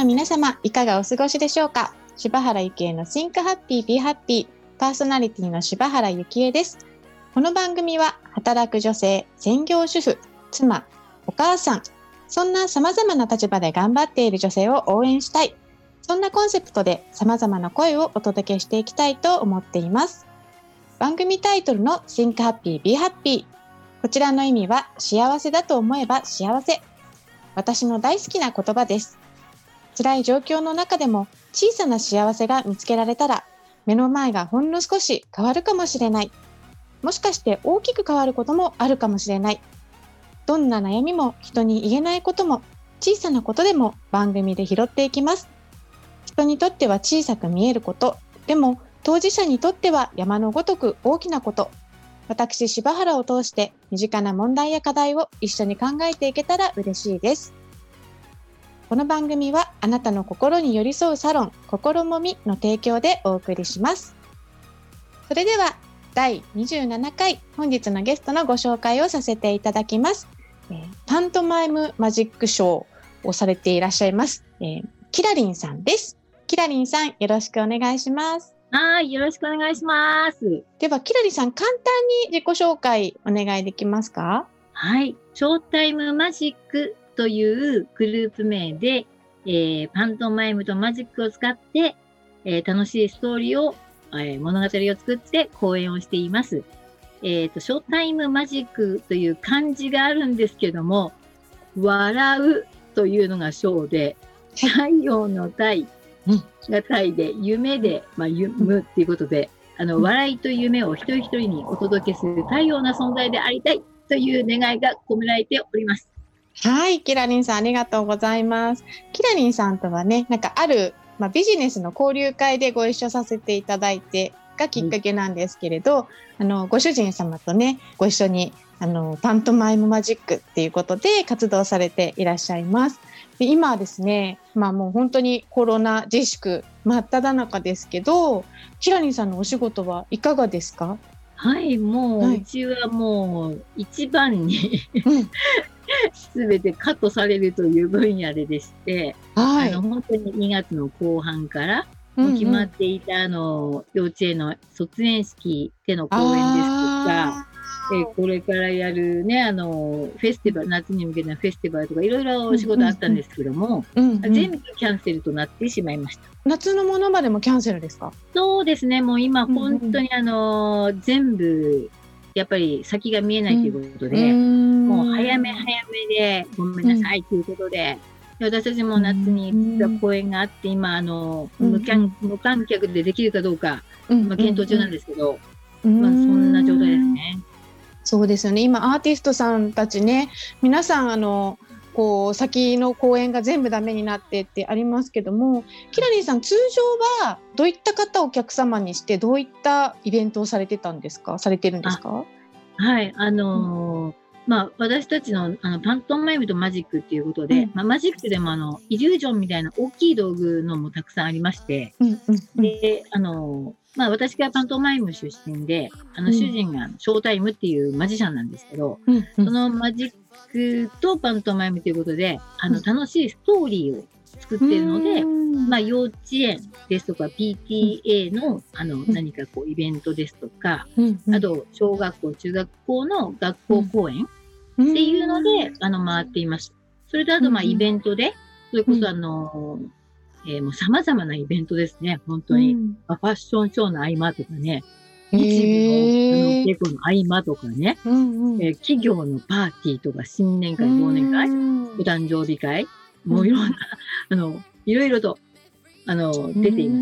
の皆様、いかがお過ごしでしょうか。柴原幸恵の Think Happy Be Happy、パーソナリティの柴原幸恵です。この番組は働く女性、専業主婦、妻、お母さん、そんな様々な立場で頑張っている女性を応援したい、そんなコンセプトで様々な声をお届けしていきたいと思っています。番組タイトルの Think Happy Be Happy、こちらの意味は幸せだと思えば幸せ。私の大好きな言葉です。辛い状況の中でも小さな幸せが見つけられたら、目の前がほんの少し変わるかもしれない。もしかして大きく変わることもあるかもしれない。どんな悩みも人に言えないことも、小さなことでも番組で拾っていきます。人にとっては小さく見えること、でも当事者にとっては山のごとく大きなこと。私柴原を通して身近な問題や課題を一緒に考えていけたら嬉しいです。この番組はあなたの心に寄り添うサロン、心もみの提供でお送りします。それでは第27回、本日のゲストのご紹介をさせていただきます。パントマイムマジックショーをされていらっしゃいます、キラリンさんです。キラリンさん、よろしくお願いします。 はい、よろしくお願いします。 では、キラリンさん、簡単に自己紹介お願いできますか？ はい、ショータイムマジックというグループ名で、パントマイムとマジックを使って、楽しいストーリーを、物語を作って講演をしています。ショータイムマジックという漢字があるんですけども、笑うというのがショーで、太陽の太が太で、夢で、夢っていうことで、笑いと夢を一人一人にお届けする太陽な存在でありたいという願いが込められております。 はい、キラリンさん、ありがとうございます。キラリンさんとはね、ある、ビジネスの交流会でご一緒させていただいてがきっかけなんですけれど、ご主人様とね、ご一緒にパントマイムマジックっていうことで活動されていらっしゃいます。で、今はですね、もう本当にコロナ自粛真っ只中ですけど、キラリンさんのお仕事はいかがですか？ はい、もう、うちはもう一番にすべてカットされるという分野でして、本当に2月の後半から決まっていた幼稚園の卒園式での講演ですとか、これからやるね、フェスティバル、夏に向けたフェスティバルとかいろいろお仕事あったんですけども、全部キャンセルとなってしまいました。 夏のものまでもキャンセルですか？ そうですね、もう今本当に全部、やっぱり先が見えないということで、もう早めでごめんなさいということで、私たちも夏に実は公演があって、今無観客でできるかどうか、検討中なんですけど、そんな状態ですね。 そうですよね。今アーティストさんたちね、皆さん先の公演が全部ダメになってってありますけども、キラリンさん、通常はどういった方をお客様にしてどういったイベントをされてるんですか？ はい、私たちのパントマイムとマジックっていうことで、マジックでもイリュージョンみたいな大きい道具のもたくさんありまして、で、私がパントマイム出身で、主人がショータイムっていうマジシャンなんですけど、そのマジックとパントマイムということで、楽しいストーリーを作っているので、幼稚園ですとか PTA の何かイベントですとか、あと小学校、中学校の学校公演っていうので回っています。それとあとイベントで、それこそもう様々なイベントですね、本当に。ファッションショーの合間とかね、日舞の稽古の合間とかね、企業のパーティーとか新年会、忘年会、お誕生日会、もういろんな、いろいろと、出ています。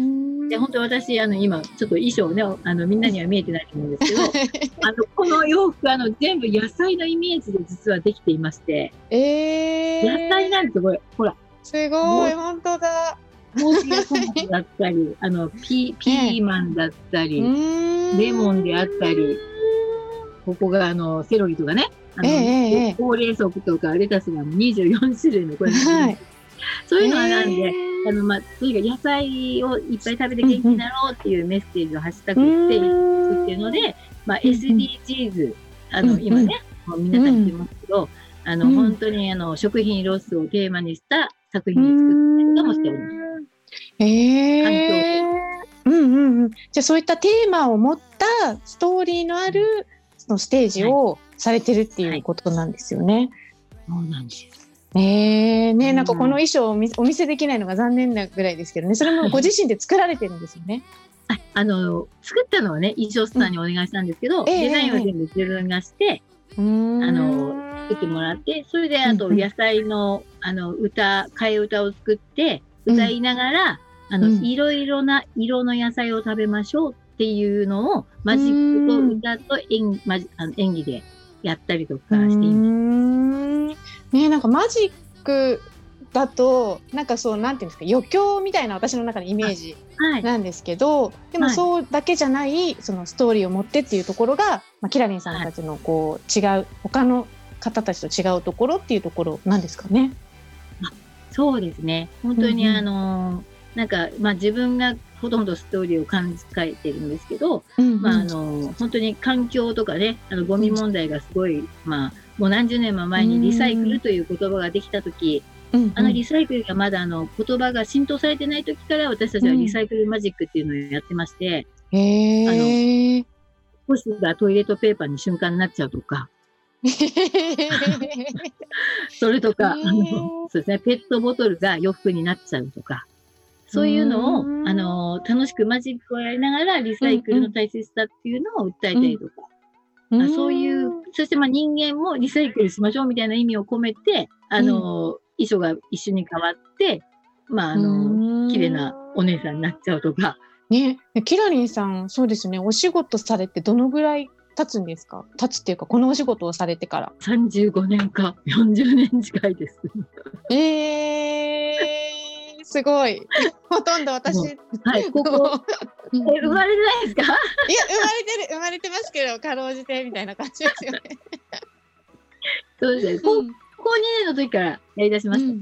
で、本当私、今、ちょっと衣装ね、みんなには見えてないと思うんですけど、この洋服、全部野菜のイメージで実はできていまして、野菜なんですよ、これ。ほら。 すごい、本当だ。 モーリアトマトだったり、ピーマンだったり、レモンであったり、ここがセロリとかね、ほうれん草とかレタスが24種類のこれ、そういうのがなんで、とにかく野菜をいっぱい食べて元気になろうっていうメッセージを発したくって作っていうので、SDGs、今ね、皆さん言ってますけど、本当に食品ロスをテーマにした作品で作ったりとかもしております。 じゃあそういったテーマを持ったストーリーのあるそのステージをされてるっていうことなんですよね。 そうなんです。 なんかこの衣装をお見せできないのが残念なぐらいですけどね、それもご自身で作られてるんですよね。 作ったのはね、衣装さんにお願いしたんですけど、デザインは全部自分がして、作ってもらって、それであと野菜の、替え歌を作って歌いながら、いろいろな色の野菜を食べましょうっていうのをマジックと歌と演技でやったりとかしています。 なんかマジックだとなんかそうなんていうんですか、余興みたいな私の中のイメージなんですけど、でもそうだけじゃないそのストーリーを持ってっていうところが、キラリンさんたちのこう違う他の方たちと違うところっていうところなんですかね。 そうですね。本当になんか自分がほとんどストーリーを考えてるんですけど、本当に環境とかね、ゴミ問題がすごい、もう何十年も前にリサイクルという言葉ができたとき、リサイクルがまだ言葉が浸透されてない時から私たちはリサイクルマジックっていうのをやってまして、少しがトイレットペーパーに瞬間になっちゃうとか、それとか、そうですね、ペットボトルが洋服になっちゃうとか、そういうのを、楽しくマジックをやりながらリサイクルの大切さっていうのを訴えたりとか、そういう、そして人間もリサイクルしましょうみたいな意味を込めて、衣装が一緒に変わって、綺麗なお姉さんになっちゃうとか。 ね、キラリンさん、そうですね、お仕事されてどのぐらい経つんですか？経つっていうか、このお仕事をされてから。 35年か40年近いです。 すごい。ほとんど私。 ここ生まれてないですか？いや、 生まれてますけど、かろうじてみたいな感じですよね。 そうですね。高校2年の時からやりだしました。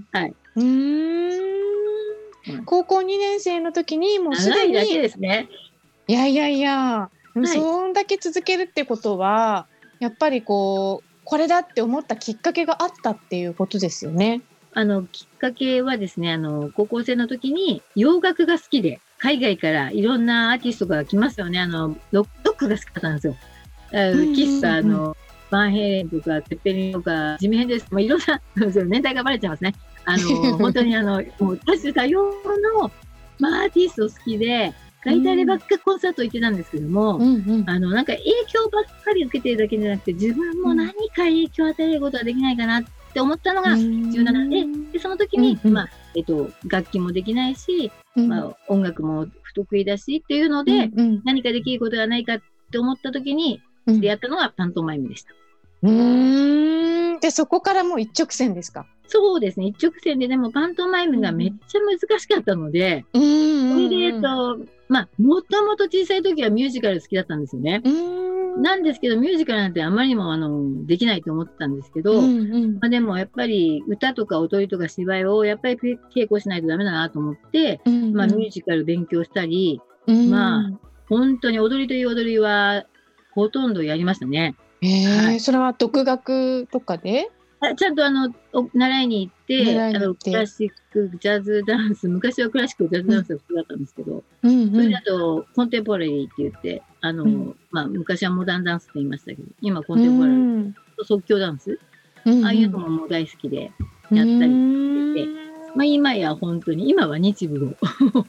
高校2年生の時にもうすでに。 長いだけですね。 いや。そんだけ続けるってことは、やっぱりこれだって思ったきっかけがあったっていうことですよね。 きっかけはですね、高校生の時に洋楽が好きで、海外からいろんなアーティストが来ますよね。ロックが好きだったんですよ。喫茶バンヘイレンとか、テッペリンとか、ジミヘンデスとか、いろんな、年代がバレちゃいますね。本当にもう多種多様の、アーティスト好きで、大体でばっかコンサート行ってたんですけども、なんか影響ばっかり受けてるだけじゃなくて、自分も何か影響を与えることはできないかなって思ったのが17で、その時に、楽器もできないし、音楽も不得意だしっていうので、何かできることがないかって思った時に、出会ったのがパントマイムでした。 で、そこからもう一直線ですか？ そうですね、一直線で、でもパントマイムがめっちゃ難しかったので、それで、もともと小さい時はミュージカル好きだったんですよね。なんですけど、ミュージカルなんてあまりにもできないと思ってたんですけど、でもやっぱり歌とか踊りとか芝居をやっぱり稽古しないとダメだなと思って、ミュージカル勉強したり、本当に踊りという踊りはほとんどやりましたね。 それは独学とかで？ ちゃんと習いに行って、クラシック、ジャズダンス、昔はクラシック、ジャズダンスが好きだったんですけど、それだとコンテンポラリーって言って、昔はモダンダンスって言いましたけど、今コンテンポラリーと即興ダンス、ああいうのももう大好きでやったりしてて、今や本当に、今は日舞を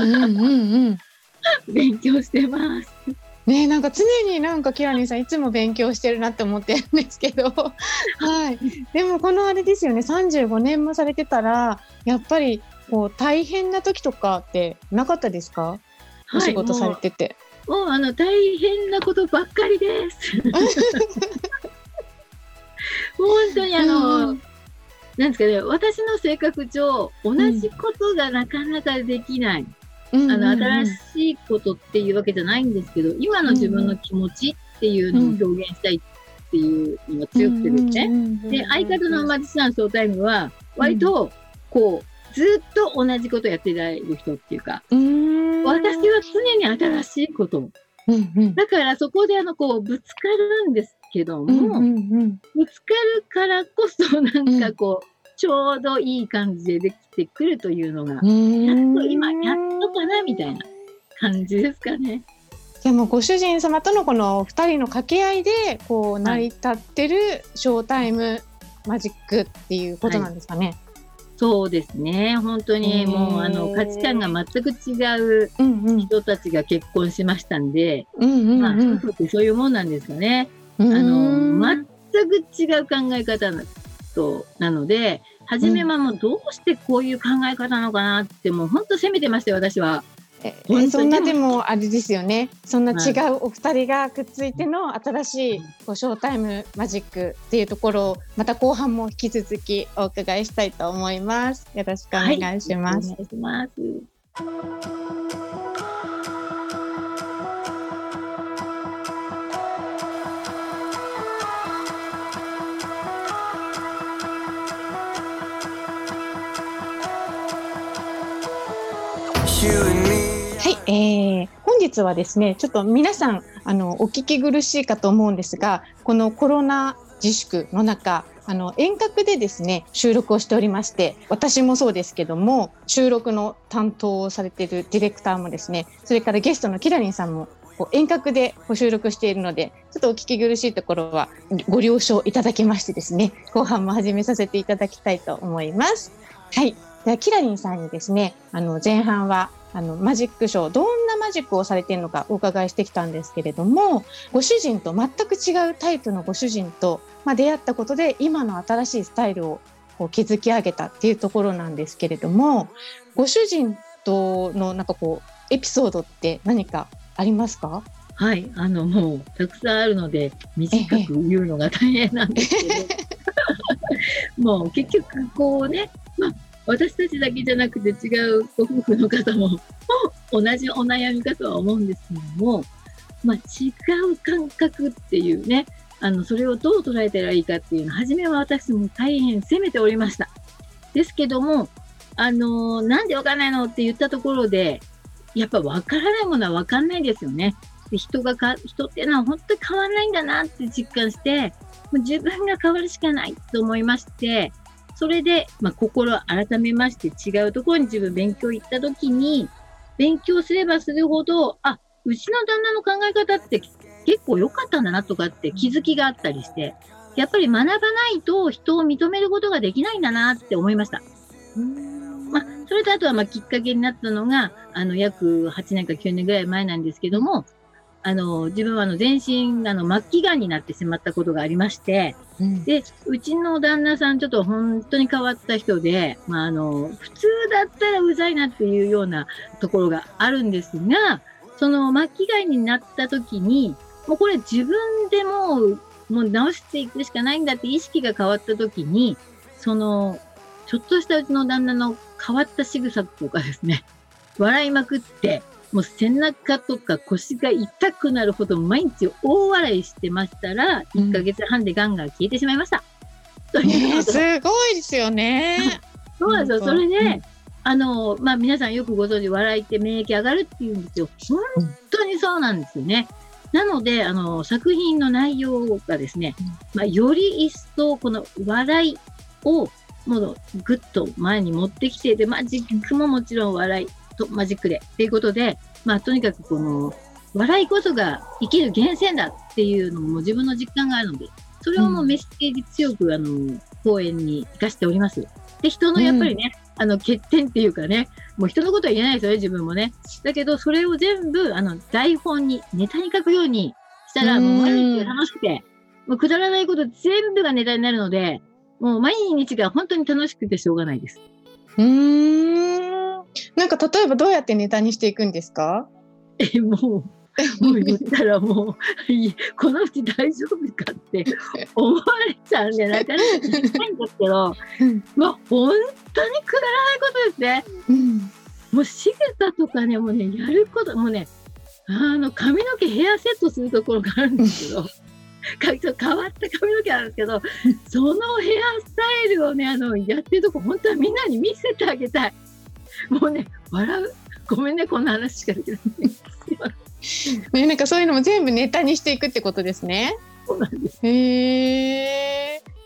勉強してます。 なんか常になんかキラリンさんいつも勉強してるなって思ってるんですけど、でもこのあれですよね、35年もされてたらやっぱり大変な時とかってなかったですか？お仕事されてて。 もう大変なことばっかりです。本当になんですかね、私の性格上同じことがなかなかできない。新しいことっていうわけじゃないんですけど、今の自分の気持ちっていうのを表現したいっていうのが強くてですね。で、相方のマジシャンショータイムは、割と、ずっと同じことをやっていられる人っていうか、私は常に新しいこと。だからそこでぶつかるんですけども、ぶつかるからこそなんかちょうどいい感じでできてくるというのが、やっとかなみたいな感じですかね。 でもご主人様とのこの2人の掛け合いでこう成り立ってるショータイムマジックっていうことなんですかね。 そうですね。本当にもう価値観が全く違う人たちが結婚しましたんで、夫婦ってそういうもんなんですかね。全く違う考え方なので、初めはもうどうしてこういう考え方なのかなってもう本当責めてましたよ、私は。 そんなでもあれですよね。そんな違うお二人がくっついての新しいショータイムマジックっていうところをまた後半も引き続きお伺いしたいと思います。よろしくお願いします。 お願いします。 はい、本日はですねちょっと皆さんお聞き苦しいかと思うんですが、このコロナ自粛の中遠隔でですね収録をしておりまして、私もそうですけども収録の担当をされているディレクターもですね、それからゲストのキラリンさんも遠隔で収録しているので、ちょっとお聞き苦しいところはご了承いただきましてですね、後半も始めさせていただきたいと思います。はい、ではキラリンさんにですね前半はマジックショーどんなマジックをされているのかお伺いしてきたんですけれども、ご主人と全く違うタイプのご主人と、出会ったことで今の新しいスタイルを築き上げたっていうところなんですけれども、ご主人とのエピソードって何かありますか？ はい、もうたくさんあるので短く言うのが大変なんですけどもう結局こうね、私たちだけじゃなくて違うご夫婦の方も同じお悩みかとは思うんですけども、違う感覚っていうね、それをどう捉えたらいいかっていうのを初めは私も大変責めておりました。ですけどもなんでわかんないのって言ったところで、やっぱわからないものはわかんないですよね。で人っていうのは本当に変わらないんだなって実感して、もう自分が変わるしかないと思いまして、それで、心を改めまして違うところに自分勉強行った時に、勉強すればするほど、うちの旦那の考え方って結構良かったんだなとかって気づきがあったりして、やっぱり学ばないと人を認めることができないんだなって思いました。それとあとはきっかけになったのが、約8年か9年ぐらい前なんですけども、自分は全身末期がんになってしまったことがありまして、でうちの旦那さんちょっと本当に変わった人で、普通だったらうざいなっていうようなところがあるんですが、その末期がんになった時にもうこれ自分でもう治していくしかないんだって意識が変わった時に、ちょっとしたうちの旦那の変わった仕草とかですね、笑いまくってもう背中とか腰が痛くなるほど毎日大笑いしてましたら、1ヶ月半でがんが消えてしまいました。 すごいですよね。 そうなんですよ。それで、皆さんよくご存知、笑いって免疫上がるっていうんですよ。本当にそうなんですよね。なので、作品の内容がですね、より一層この笑いをもうぐっと前に持ってきて、で、マジックももちろん笑いとマジックでっていうことで、とにかくこの笑いこそが生きる源泉だっていうのも自分の実感があるので、それをもうメッセージ強く講演に生かしております。で、人のやっぱりね、欠点っていうかね、もう人のことは言えないですよね、自分もね。だけどそれを全部台本にネタに書くようにしたら、もう毎日が楽しくて、もうくだらないこと全部がネタになるので、もう毎日が本当に楽しくてしょうがないです。 なんか例えばどうやってネタにしていくんですか？ もう言ったらもうこのうち大丈夫かって思われちゃうんでなかなか言いたいんですけど、本当にくだらないことですね。もう仕草とかね、もうね、やることもうね、髪の毛ヘアセットするところがあるんですけど変わった髪の毛あるんですけど、そのヘアスタイルをねやってるとこ本当はみんなに見せてあげたい。もうね、笑う。ごめんね、こんな話しかできないんですよ。 なんかそういうのも全部ネタにしていくってことですね。 そうなんです。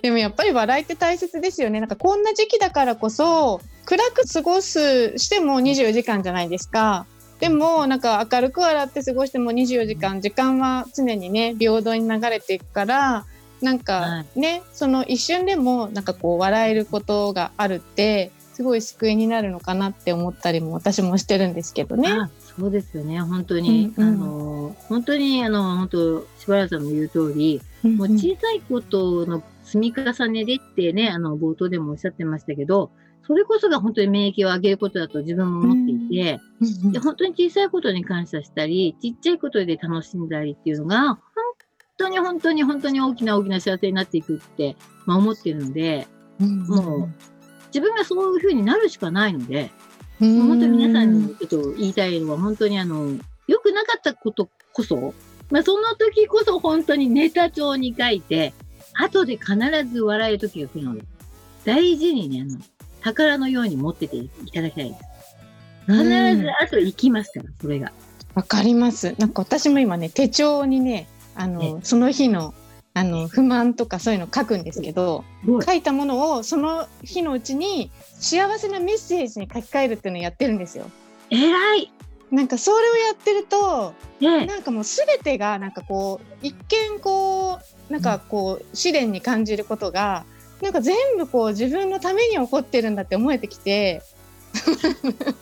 でもやっぱり笑いって大切ですよね。なんかこんな時期だからこそ暗く過ごしても24時間じゃないですか。でもなんか明るく笑って過ごしても24時間、時間は常にね平等に流れていくから、なんかね、その一瞬でもなんかこう笑えることがあるってすごい救いになるのかなって思ったりも私もしてるんですけどね。 そうですよね、本当に、本当に本当柴原さんの言う通り、もう小さいことの積み重ねでってね、冒頭でもおっしゃってましたけど、それこそが本当に免疫を上げることだと自分も思っていて、で本当に小さいことに感謝したり、ちっちゃいことで楽しんだりっていうのが、本当に大きな幸せになっていくって、思ってるので、もう自分がそういう風になるしかないので、本当に皆さんにちょっと言いたいのは、本当に良くなかったことこそ、その時こそ本当にネタ帳に書いて、後で必ず笑える時が来るので、大事にね、宝のように持ってていただきたいです。必ず後行きますから、それが。 わかります。なんか私も今ね、手帳にね、その日の不満とかそういうの書くんですけど、書いたものをその日のうちに幸せなメッセージに書き換えるっていうのをやってるんですよ。 偉い。 なんかそれをやってると、なんかもう全てがなんかこう一見こうなんかこう試練に感じることがなんか全部こう自分のために起こってるんだって思えてきて。 さすが。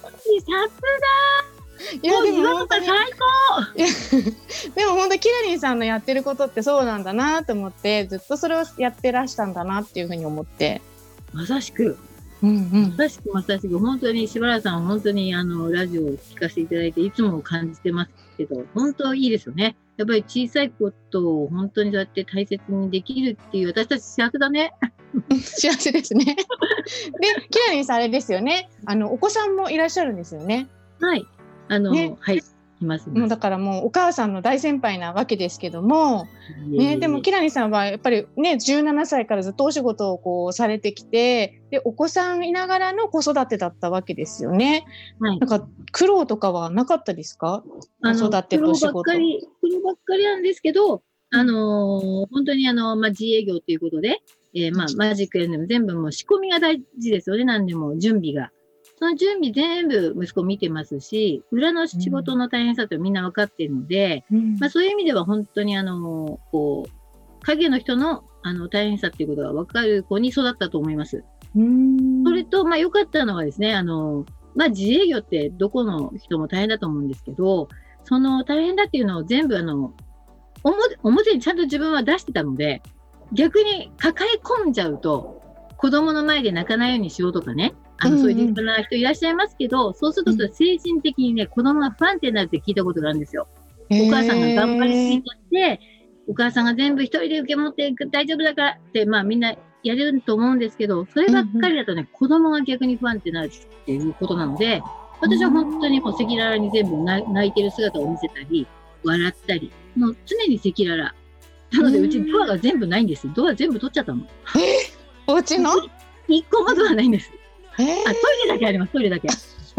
いやでも本当に最高。でも本当キラリンさんのやってることってそうなんだなと思って、ずっとそれをやってらしたんだなっていうふうに思って。 まさしく。まさしく本当に柴原さん、本当にラジオを聞かせていただいていつも感じてますけど、本当いいですよね。やっぱり小さいことを本当にそうやって大切にできるっていう、私たち幸せだね。 幸せですね。でキラリンさんあれですよね、お子さんもいらっしゃるんですよね。 はい、はい、います。 もうだからもうお母さんの大先輩なわけですけども、でもキラリンさんはやっぱりね17歳からずっとお仕事をこうされてきて、でお子さんいながらの子育てだったわけですよね。なんか苦労とかはなかったですか？子育てと仕事。 苦労ばっかりなんですけど、本当に自営業ということで、マジックやるのも全部もう仕込みが大事ですよね。何でも準備が。その準備全部息子見てますし、裏の仕事の大変さってみんな分かっているので、そういう意味では本当にこう、影の人の大変さっていうことが分かる子に育ったと思います。それと、良かったのはですね、自営業ってどこの人も大変だと思うんですけど、その大変だっていうのを全部表にちゃんと自分は出してたので、逆に抱え込んじゃうと、子供の前で泣かないようにしようとかね、そういう立派な人いらっしゃいますけど、そうすると精神的にね、子供が不安定になるって聞いたことがあるんですよ。お母さんが頑張りすぎちゃって、お母さんが全部一人で受け持って大丈夫だからって、みんなやれると思うんですけど、そればっかりだとね、子供が逆に不安定になるっていうことなので、私は本当にもう赤裸々に全部泣いてる姿を見せたり、笑ったり、もう常に赤裸々。なので、うちドアが全部ないんです。ドア全部取っちゃったの。 お家の一個もドアないんです。トイレだけあります、トイレだけ。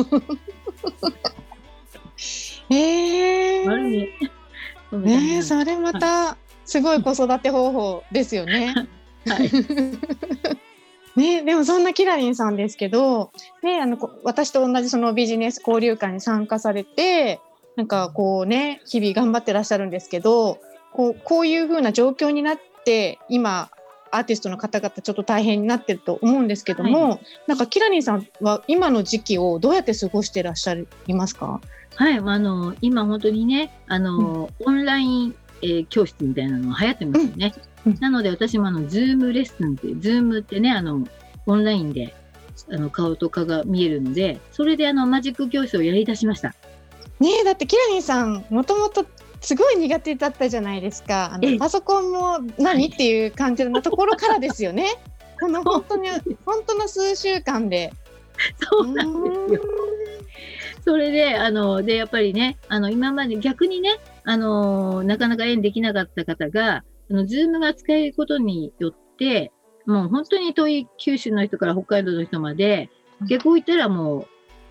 それまたすごい子育て方法ですよね。でもそんなキラリンさんですけど、私と同じそのビジネス交流会に参加されて、なんかこうね、日々頑張ってらっしゃるんですけど、こういう風な状況になって今アーティストの方々ちょっと大変になってると思うんですけども、なんかキラリンさんは今の時期をどうやって過ごしてらっしゃいますか？ はい、今本当にね、オンライン、教室みたいなのが流行ってますよね。なので私もズームレッスンって、ズームってね、オンラインで顔と顔が見えるので、それでマジック教室をやり出しました。 だってキラリンさんもともとすごい苦手だったじゃないですか。パソコンも何っていう感じのところからですよね。この本当の数週間で。 そうなんですよ。それででやっぱりね、今まで逆にね、なかなか縁できなかった方がズームが使えることによって、もう本当に遠い九州の人から北海道の人まで、逆を言ったらもう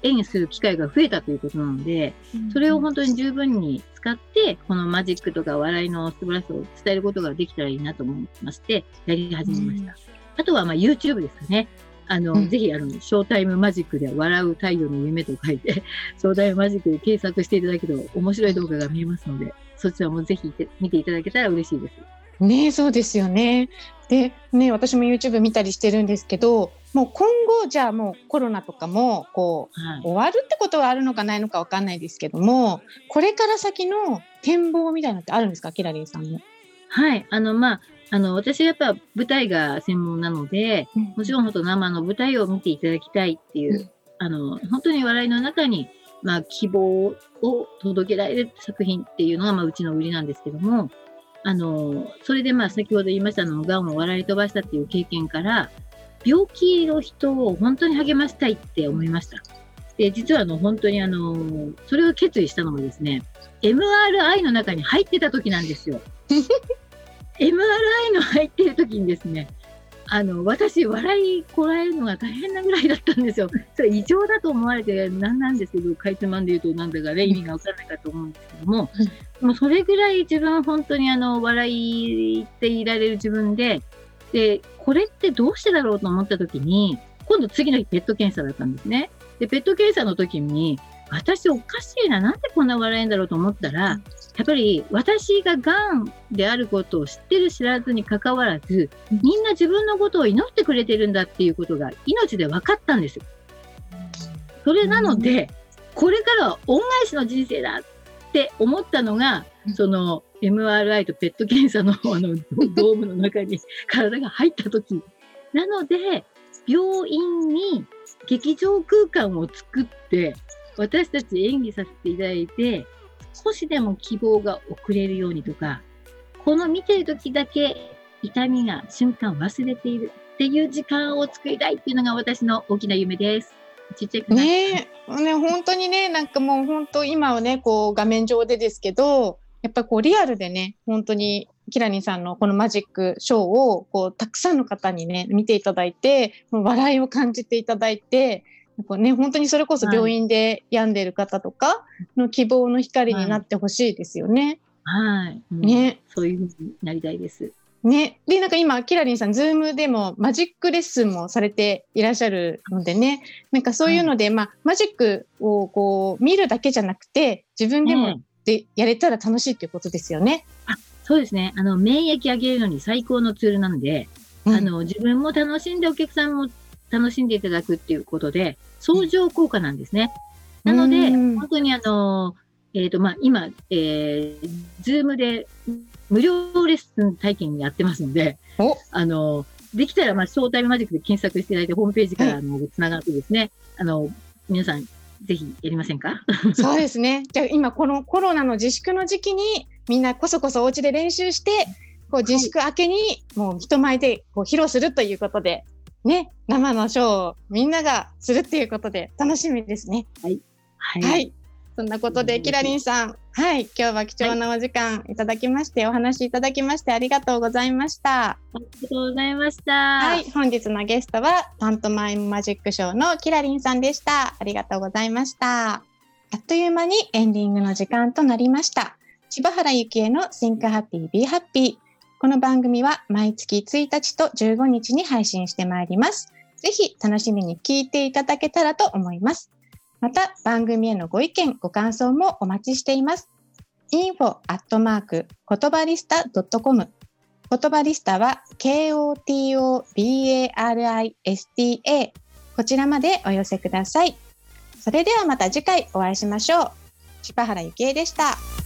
演技する機会が増えたということなので、それを本当に十分に使って、このマジックとか笑いの素晴らしさを伝えることができたらいいなと思いまして、やり始めました。あとはYouTube ですかね。ぜひショータイムマジックで笑う太陽の夢と書いて、ショータイムマジックで検索していただけると面白い動画が見えますので、そちらもぜひ見ていただけたら嬉しいです。 ね、そうですよね。で、ね、私も YouTube 見たりしてるんですけど、もう今後、じゃあもうコロナとかも、終わるってことはあるのかないのかわかんないですけども、これから先の展望みたいなのってあるんですか、キラリンさんも。 はい。私はやっぱ舞台が専門なので、もちろん本当生の舞台を見ていただきたいっていう、本当に笑いの中に、希望を届けられる作品っていうのが、うちの売りなんですけども、それで先ほど言いましたがんを笑い飛ばしたっていう経験から、病気の人を本当に励ましたいって思いました。で、実は本当にそれを決意したのがですね、MRI の中に入ってた時なんですよ。MRI の入ってる時にですね、私、笑いこらえるのが大変なぐらいだったんですよ。それ異常だと思われてなんですけど、かいつまんで言うとなんだかね、意味がわからないかと思うんですけども、もうそれぐらい自分本当に笑いっていられる自分で、これってどうしてだろうと思った時に、今度次の日ペット検査だったんですね。で、ペット検査の時に、私おかしいな、なんでこんな笑えんだろうと思ったら、やっぱり私が癌であることを知ってる知らずに関わらず、みんな自分のことを祈ってくれてるんだっていうことが命で分かったんですよ。それなので、これからは恩返しの人生だって思ったのが、その MRI とペット検査のドームの中に体が入った時なので、病院に劇場空間を作って私たち演技させていただいて、少しでも希望が送れるようにとか、この見てる時だけ痛みが瞬間忘れているっていう時間を作りたいっていうのが私の大きな夢です。ちっちゃくね、本当にね、なんかもう本当今はね、画面上でですけど、やっぱりリアルでね、本当にキラニさんのこのマジックショーをたくさんの方にね、見ていただいて、笑いを感じていただいて、本当にそれこそ病院で病んでいる方とかの希望の光になってほしいですよね。 はい。ね。そういう風になりたいです。 ね。で、なんか今、キラリンさん、ズームでもマジックレッスンもされていらっしゃるのでね、なんかそういうので、マジックを見るだけじゃなくて、自分でもやれたら楽しいっていうことですよね。 そうですね。免疫上げるのに最高のツールなので、自分も楽しんでお客さんも楽しんでいただくっていうことで、相乗効果なんですね。なので、本当に今、Zoom で無料レッスン体験やってますので、できたら、ショータイムマジックで検索していただいて、ホームページからつながってですね、皆さん、ぜひやりませんか？ そうですね。じゃあ今、このコロナの自粛の時期に、みんなこそこそお家で練習して、自粛明けにもう人前で披露するということで、ね、生のショーをみんながするっていうことで楽しみですね。 はい。はい。 はい。そんなことで、キラリンさん、はい、今日は貴重なお時間いただきまして、お話いただきましてありがとうございました。 ありがとうございました。 はい、本日のゲストはパントマイムマジックショーのキラリンさんでした。ありがとうございました。あっという間にエンディングの時間となりました。柴原幸恵の Think Happy Be Happy。この番組は毎月1日と15日に配信してまいります。ぜひ楽しみに聞いていただけたらと思います。また番組へのご意見、ご感想もお待ちしています。info@ ことばりスタ .com ことばりスタは KOTOBARISTA こちらまでお寄せください。それではまた次回お会いしましょう。柴原幸恵でした。